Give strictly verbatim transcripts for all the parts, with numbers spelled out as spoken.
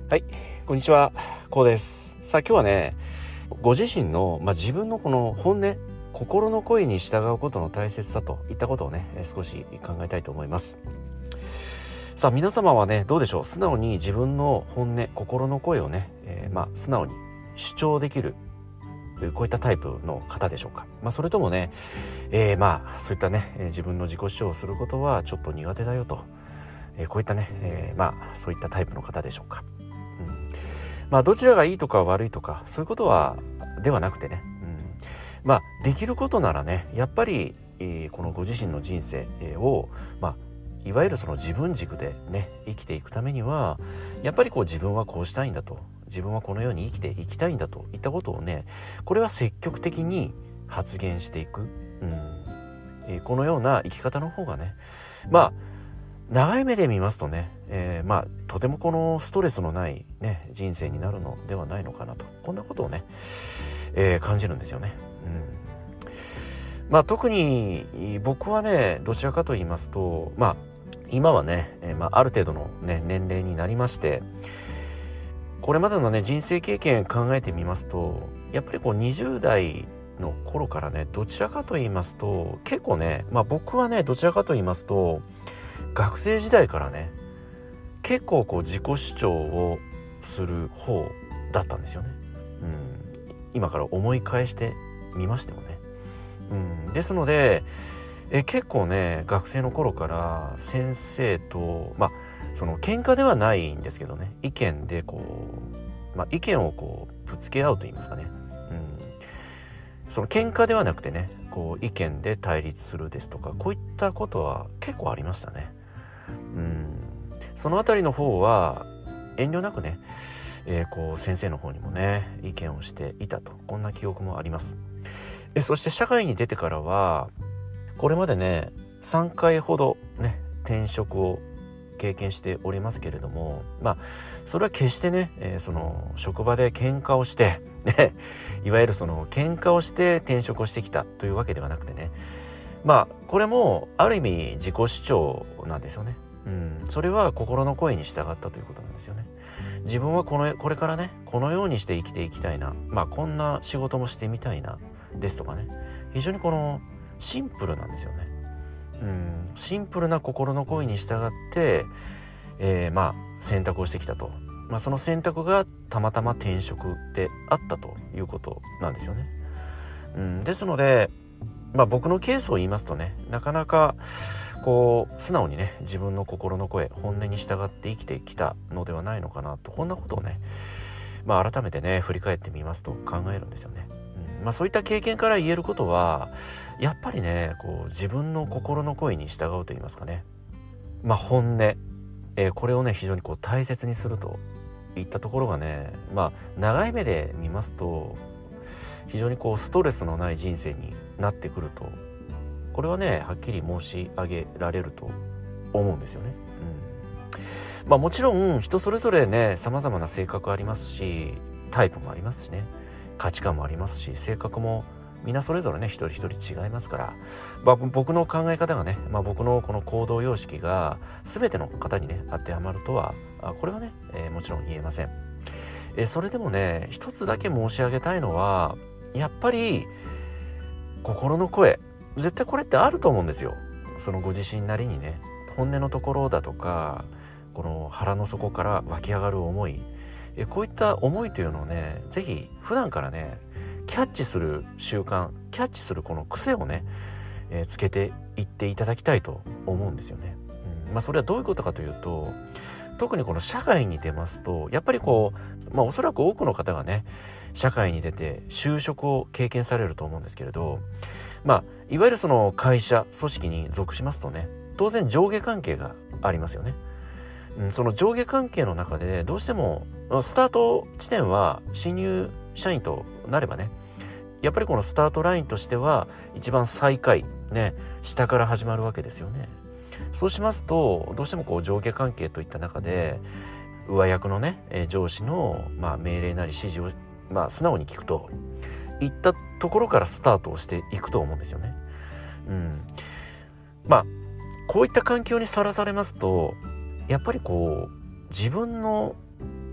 はい、こんにちは、こうです。さあ今日はね、ご自身の、まあ、自分のこの本音、心の声に従うことの大切さといったことをね、少し考えたいと思います。さあ皆様はね、どうでしょう。素直に自分の本音、心の声をね、えー、まあ素直に主張できる、こういったタイプの方でしょうか。まあそれともね、えー、まあそういったね、自分の自己主張をすることはちょっと苦手だよと、えー、こういったね、えー、まあそういったタイプの方でしょうか。うん、まあどちらがいいとか悪いとかそういうことはではなくてね、うん、まあできることならね、やっぱり、えー、このご自身の人生を、まあいわゆるその自分軸でね生きていくためには、やっぱりこう自分はこうしたいんだと、自分はこのように生きていきたいんだといったことをね、これは積極的に発言していく、うんえー、このような生き方の方がね、まあ長い目で見ますとね、えー、まあとてもこのストレスのないね人生になるのではないのかなと、こんなことをね、えー、感じるんですよね。うん、まあ特に僕はね、どちらかと言いますと、まあ今はね、えーまあ、ある程度の、ね、年齢になりまして、これまでのね人生経験考えてみますと、やっぱりこうにじゅう代の頃からね、どちらかと言いますと結構ね、まあ僕はねどちらかと言いますと学生時代からね結構こう自己主張をする方だったんですよね。うん、今から思い返してみましてもね、うん、ですのでえ結構ね学生の頃から先生とまあその喧嘩ではないんですけどね、意見でこう、まあ、意見をこうぶつけ合うと言いますかね、うん、その喧嘩ではなくてね、こう意見で対立するですとか、こういったことは結構ありましたね。うん、そのあたりの方は遠慮なくね、えー、こう先生の方にもね意見をしていたと、こんな記憶もあります。えそして社会に出てからはこれまでねさんかいほどね転職を経験しておりますけれども、まあそれは決してね、えー、その職場で喧嘩をしてねいわゆるその喧嘩をして転職をしてきたというわけではなくてね、まあこれもある意味自己主張なんですよね。うん、それは心の声に従ったということなんですよね。自分はこのこれからねこのようにして生きていきたいな、まあこんな仕事もしてみたいなですとかね、非常にこのシンプルなんですよね。うん、シンプルな心の声に従って、えー、まあ選択をしてきたと、まあ、その選択がたまたま転職であったということなんですよね。うん、ですので、まあ、僕のケースを言いますとね、なかなかこう素直にね自分の心の声、本音に従って生きてきたのではないのかなと、こんなことをね、まあ、改めてね振り返ってみますと考えるんですよね。うん、まあ、そういった経験から言えることは、やっぱりねこう自分の心の声に従うと言いますかね、まあ、本音、えー、これをね非常にこう大切にするといったところがね、まあ長い目で見ますと非常にこうストレスのない人生になってくると、これはねはっきり申し上げられると思うんですよね。うん、まあもちろん人それぞれね様々な性格ありますし、タイプもありますしね、価値観もありますし、性格もみんなそれぞれね一人一人違いますから、まあ、僕の考え方がね、まあ、僕のこの行動様式が全ての方にね当てはまるとはこれはね、えー、もちろん言えません。えー、それでもね一つだけ申し上げたいのは、やっぱり心の声、絶対これってあると思うんですよ。そのご自身なりにね、本音のところだとか、この腹の底から湧き上がる思い、えー、こういった思いというのをね、ぜひ普段からねキャッチする習慣、キャッチするこの癖をね、えー、つけていっていただきたいと思うんですよね。うん、まあそれはどういうことかというと、特にこの社会に出ますと、やっぱりこう、まあおそらく多くの方がね、社会に出て就職を経験されると思うんですけれど、まあいわゆるその会社、組織に属しますとね、当然上下関係がありますよね。うん、その上下関係の中でどうしてもスタート地点は新入社員となればね、やっぱりこのスタートラインとしては一番最下位ね、下から始まるわけですよね。そうしますとどうしてもこう上下関係といった中で上役のね上司のまあ命令なり指示をまあ素直に聞くといったところからスタートをしていくと思うんですよね。うん、まあこういった環境にさらされますと、やっぱりこう自分の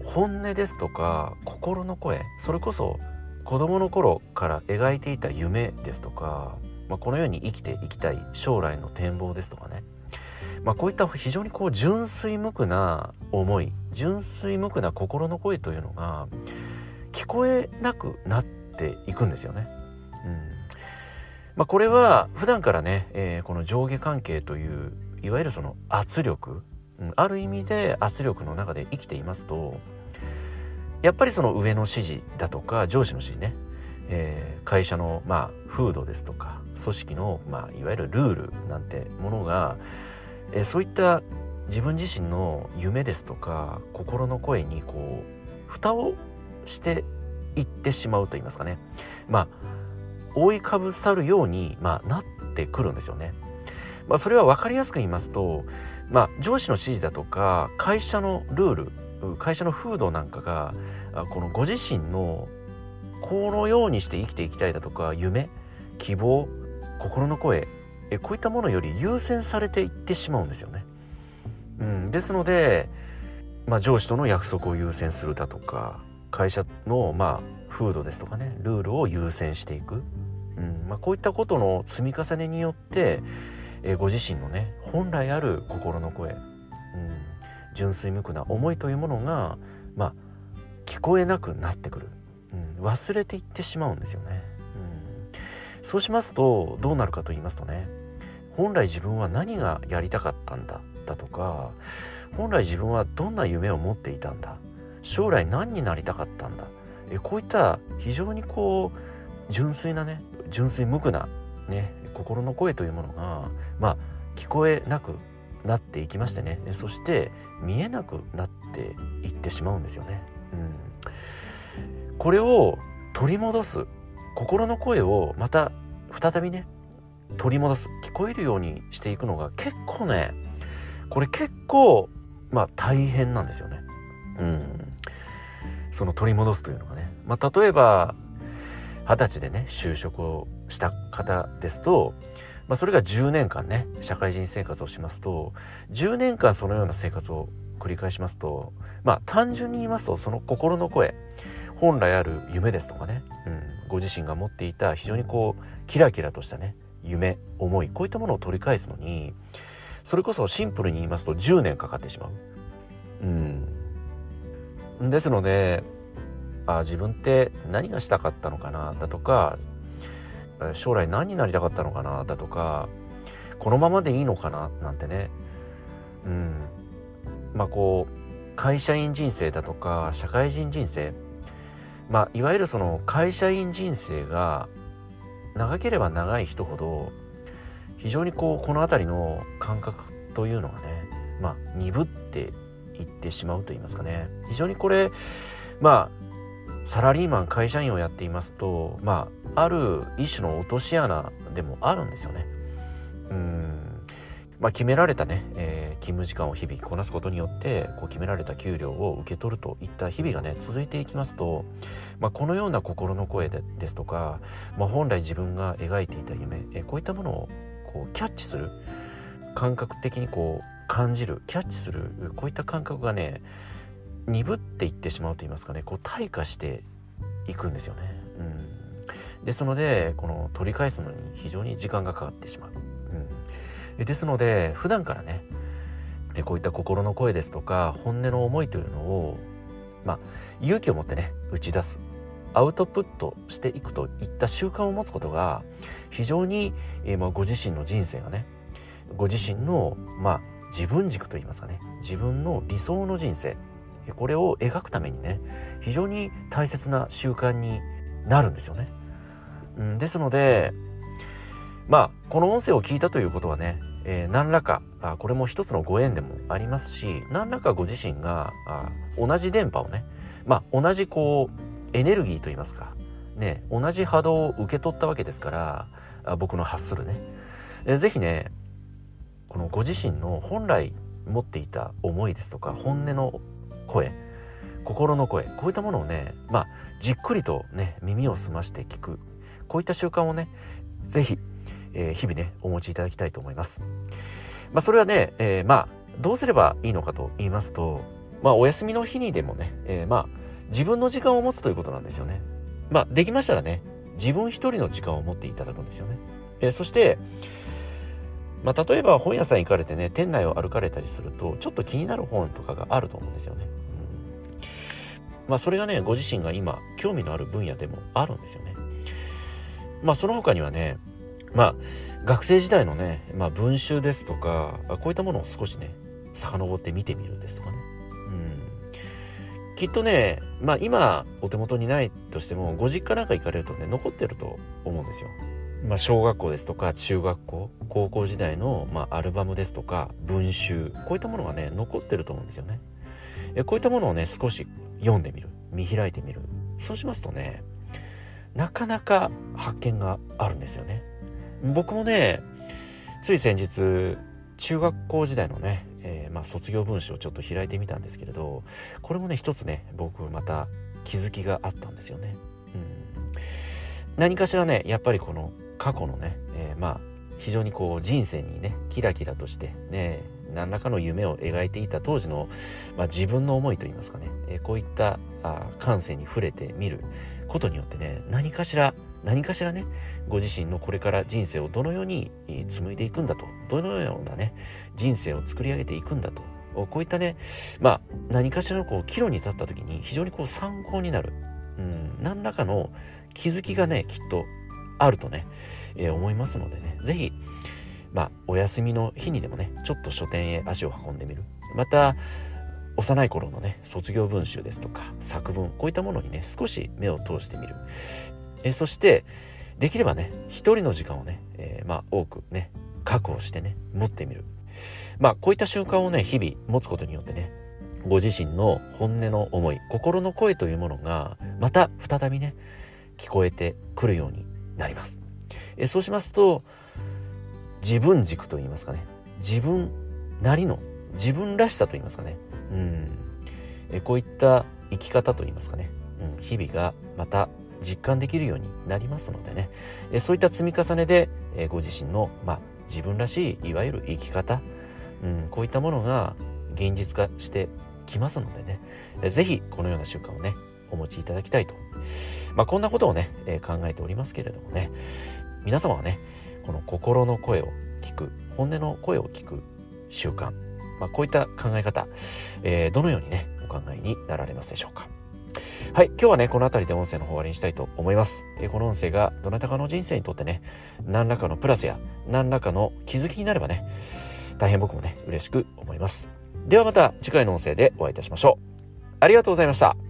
本音ですとか心の声、それこそ子供の頃から描いていた夢ですとか、まあ、このように生きていきたい将来の展望ですとかね、まあ、こういった非常にこう純粋無垢な思い、純粋無垢な心の声というのが聞こえなくなっていくんですよね。うんまあ、これは普段からね、えー、この上下関係といういわゆるその圧力、うん、ある意味で圧力の中で生きていますと、やっぱりその上の指示だとか上司の指示ね、えー、会社のまあ風土ですとか組織のまあいわゆるルールなんてものが、えー、そういった自分自身の夢ですとか心の声にこう蓋をしていってしまうと言いますかね、まあ覆いかぶさるように、まあ、なってくるんですよね。まあ、それは分かりやすく言いますと、まあ、上司の指示だとか会社のルール、会社の風土なんかがこのご自身のこのようにして生きていきたいだとか夢、希望、心の声、えこういったものより優先されていってしまうんですよね。うん、ですので、まあ、上司との約束を優先するだとか会社のまあ風土ですとかねルールを優先していく、うんまあ、こういったことの積み重ねによって、えー、ご自身のね本来ある心の声、うん、純粋無垢な思いというものが、まあ、聞こえなくなってくる、うん、忘れていってしまうんですよね、うん、そうしますとどうなるかと言いますとね、本来自分は何がやりたかったんだだとか、本来自分はどんな夢を持っていたんだ、将来何になりたかったんだ、えこういった非常にこう純粋なね純粋無垢なね心の声というものがまあ聞こえなくなっていきましてね、そして見えなくなっていってしまうんですよね、うん、これを取り戻す、心の声をまた再びね取り戻す、聞こえるようにしていくのが結構ねこれ結構まあ大変なんですよね。うんその取り戻すというのがね、まあ、例えば二十歳でね就職をした方ですと、まあ、それがじゅうねんかんね社会人生活をしますと、じゅうねんかんそのような生活を繰り返しますと、まあ単純に言いますとその心の声、本来ある夢ですとかね、うん、ご自身が持っていた非常にこうキラキラとしたね夢、思い、こういったものを取り返すのにそれこそシンプルに言いますとじゅうねんかかってしまう。うんですので、あ自分って何がしたかったのかなだとか、将来何になりたかったのかなだとか、このままでいいのかななんてね、うんまあこう会社員人生だとか社会人人生、まあいわゆるその会社員人生が長ければ長い人ほど非常にこうこの辺りの感覚というのがね、まあ鈍っていってしまうと言いますかね、非常にこれまあサラリーマン会社員をやっていますと、まあある一種の落とし穴でもあるんですよね。うんまあ決められたね、えー、勤務時間を日々こなすことによってこう決められた給料を受け取るといった日々がね続いていきますと、まあ、このような心の声でですとか、まあ、本来自分が描いていた夢、えー、こういったものをこうキャッチする、感覚的にこう感じる、キャッチする、こういった感覚がね鈍っていってしまうと言いますかね、こう退化していくんですよね、うん、ですのでこの取り返すのに非常に時間がかかってしまう、うん、ですので普段からねこういった心の声ですとか本音の思いというのをまあ勇気を持ってね打ち出す、アウトプットしていくといった習慣を持つことが非常に、えーまあ、ご自身の人生がね、ご自身のまあ自分軸といいますかね、自分の理想の人生、これを描くためにね非常に大切な習慣になるんですよね、うん、ですのでまあこの音声を聞いたということはね、えー、何らかあこれも一つのご縁でもありますし、何らかご自身があ同じ電波をね、まあ同じこうエネルギーといいますかね、同じ波動を受け取ったわけですから、あ僕の発するね、えー、ぜひねこのご自身の本来持っていた思いですとか本音の声、心の声、こういったものをねまあじっくりとね耳を澄まして聞く、こういった習慣をねぜひ、えー、日々ねお持ちいただきたいと思います。まあそれはね、えー、まあどうすればいいのかと言いますと、 まあお休みの日にでもね、えー、まあ自分の時間を持つということなんですよね。まあできましたらね、自分一人の時間を持っていただくんですよね。えー、そして、まあ例えば本屋さん行かれてね、店内を歩かれたりすると、ちょっと気になる本とかがあると思うんですよね。うん、まあそれがね、ご自身が今興味のある分野でもあるんですよね。まあその他にはね、まあ学生時代のね、まあ文集ですとか、こういったものを少しね、遡って見てみるですとかね。うん、きっとね、まあ今お手元にないとしても、ご実家なんか行かれるとね、残ってると思うんですよ。まあ小学校ですとか中学校、高校時代のまあアルバムですとか文集、こういったものがね、残ってると思うんですよね。えこういったものをね、少し読んでみる、見開いてみる。そうしますとね、なかなか発見があるんですよね。僕もね、つい先日中学校時代のね、えー、まあ卒業文集をちょっと開いてみたんですけれど、これもね一つね、僕また気づきがあったんですよね。うん、何かしらね、やっぱりこの過去のね、えー、まあ非常にこう人生にね、キラキラとしてね、何らかの夢を描いていた当時の、まあ、自分の思いといいますかね、えー、こういったあ感性に触れてみることによってね、何かしら何かしらね、ご自身のこれから人生をどのように紡いでいくんだと、どのようなね人生を作り上げていくんだと、こういったね、まあ何かしらのこう岐路に立った時に非常にこう参考になる、うん、何らかの気づきがね、きっとあるとね、えー、思いますのでね、ぜひまあお休みの日にでもね、ちょっと書店へ足を運んでみる。また幼い頃のね、卒業文集ですとか作文、こういったものにね、少し目を通してみる。えー、そしてできればね、一人の時間をね、えー、まあ多くね確保してね、持ってみる。まあこういった習慣をね、日々持つことによってね、ご自身の本音の思い、心の声というものがまた再びね、聞こえてくるようになります。えー、そうしますと、自分軸といいますかね、自分なりの自分らしさといいますかね、うん、えー、こういった生き方といいますかね、うん、日々がまた実感できるようになりますのでね、えそういった積み重ねで、えご自身の、まあ、自分らしいいわゆる生き方、うん、こういったものが現実化してきますのでね、えぜひこのような習慣をねお持ちいただきたいと、まあ、こんなことをね、え考えておりますけれどもね、皆様はね、この心の声を聞く、本音の声を聞く習慣、まあ、こういった考え方、えー、どのようにねお考えになられますでしょうか。はい、今日はねこの辺りで音声の方終わりにしたいと思います。えー、この音声がどなたかの人生にとってね、何らかのプラスや何らかの気づきになればね、大変僕もね嬉しく思います。ではまた次回の音声でお会いいたしましょう。ありがとうございました。